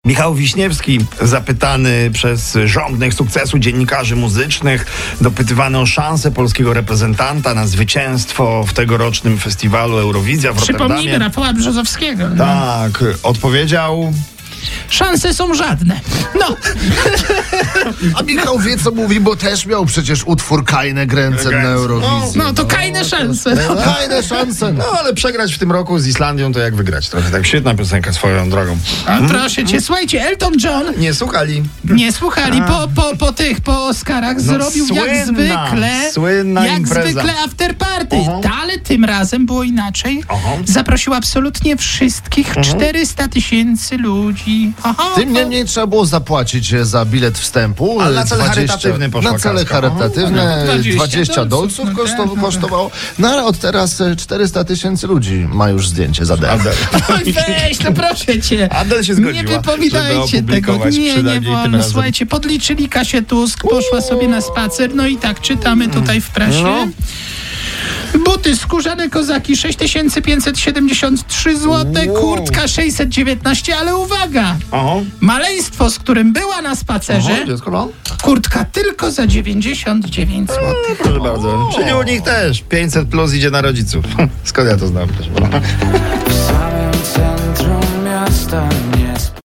Michał Wiśniewski, zapytany przez żądnych sukcesu dziennikarzy muzycznych, dopytywany o szansę polskiego reprezentanta na zwycięstwo w tegorocznym festiwalu Eurowizja w Rotterdamie. Przypomnijmy Rafała Brzozowskiego. Tak, odpowiedział... Szanse są żadne. No. A Michał wie, co mówi, bo też miał przecież utwór Kajne Gręcen na Eurowizji. No to kajne szanse. Kajne szanse. No ale przegrać w tym roku z Islandią to jak wygrać. Trochę tak świetna piosenka swoją drogą. A proszę cię, słuchajcie, Elton John Nie słuchali. nie słuchali po Oscarach zrobił jak słynna impreza. zwykle after party. Aha. Ale tym razem było inaczej. Aha. Zaprosił absolutnie wszystkich 400 000 ludzi. Aha. Tym niemniej trzeba było zapłacić za bilet wstępu. Ale na cele charytatywne poszła Na cele kaska. charytatywne 20 20 dolców dolców, kosztowało. No ale od teraz 400 000 ludzi ma już zdjęcie z Adele. Oj, weź, no proszę cię. Adele się zgodziła, Nie wypominajcie żeby tego. opublikować Nie przynajmniej tym wolno. razem. Słuchajcie, podliczyli Kasię Tusk, poszła sobie na spacer, no i tak czytamy tutaj w prasie. No. Buty skórzane kozaki 6573 zł, kurtka 619, ale uwaga! Aha. Maleństwo, z którym była na spacerze, Aha, dziecko, no. kurtka tylko za 99 zł. Proszę bardzo. Czyli u nich też 500 plus idzie na rodziców. Skąd ja to znam też? W samym centrum miasta nie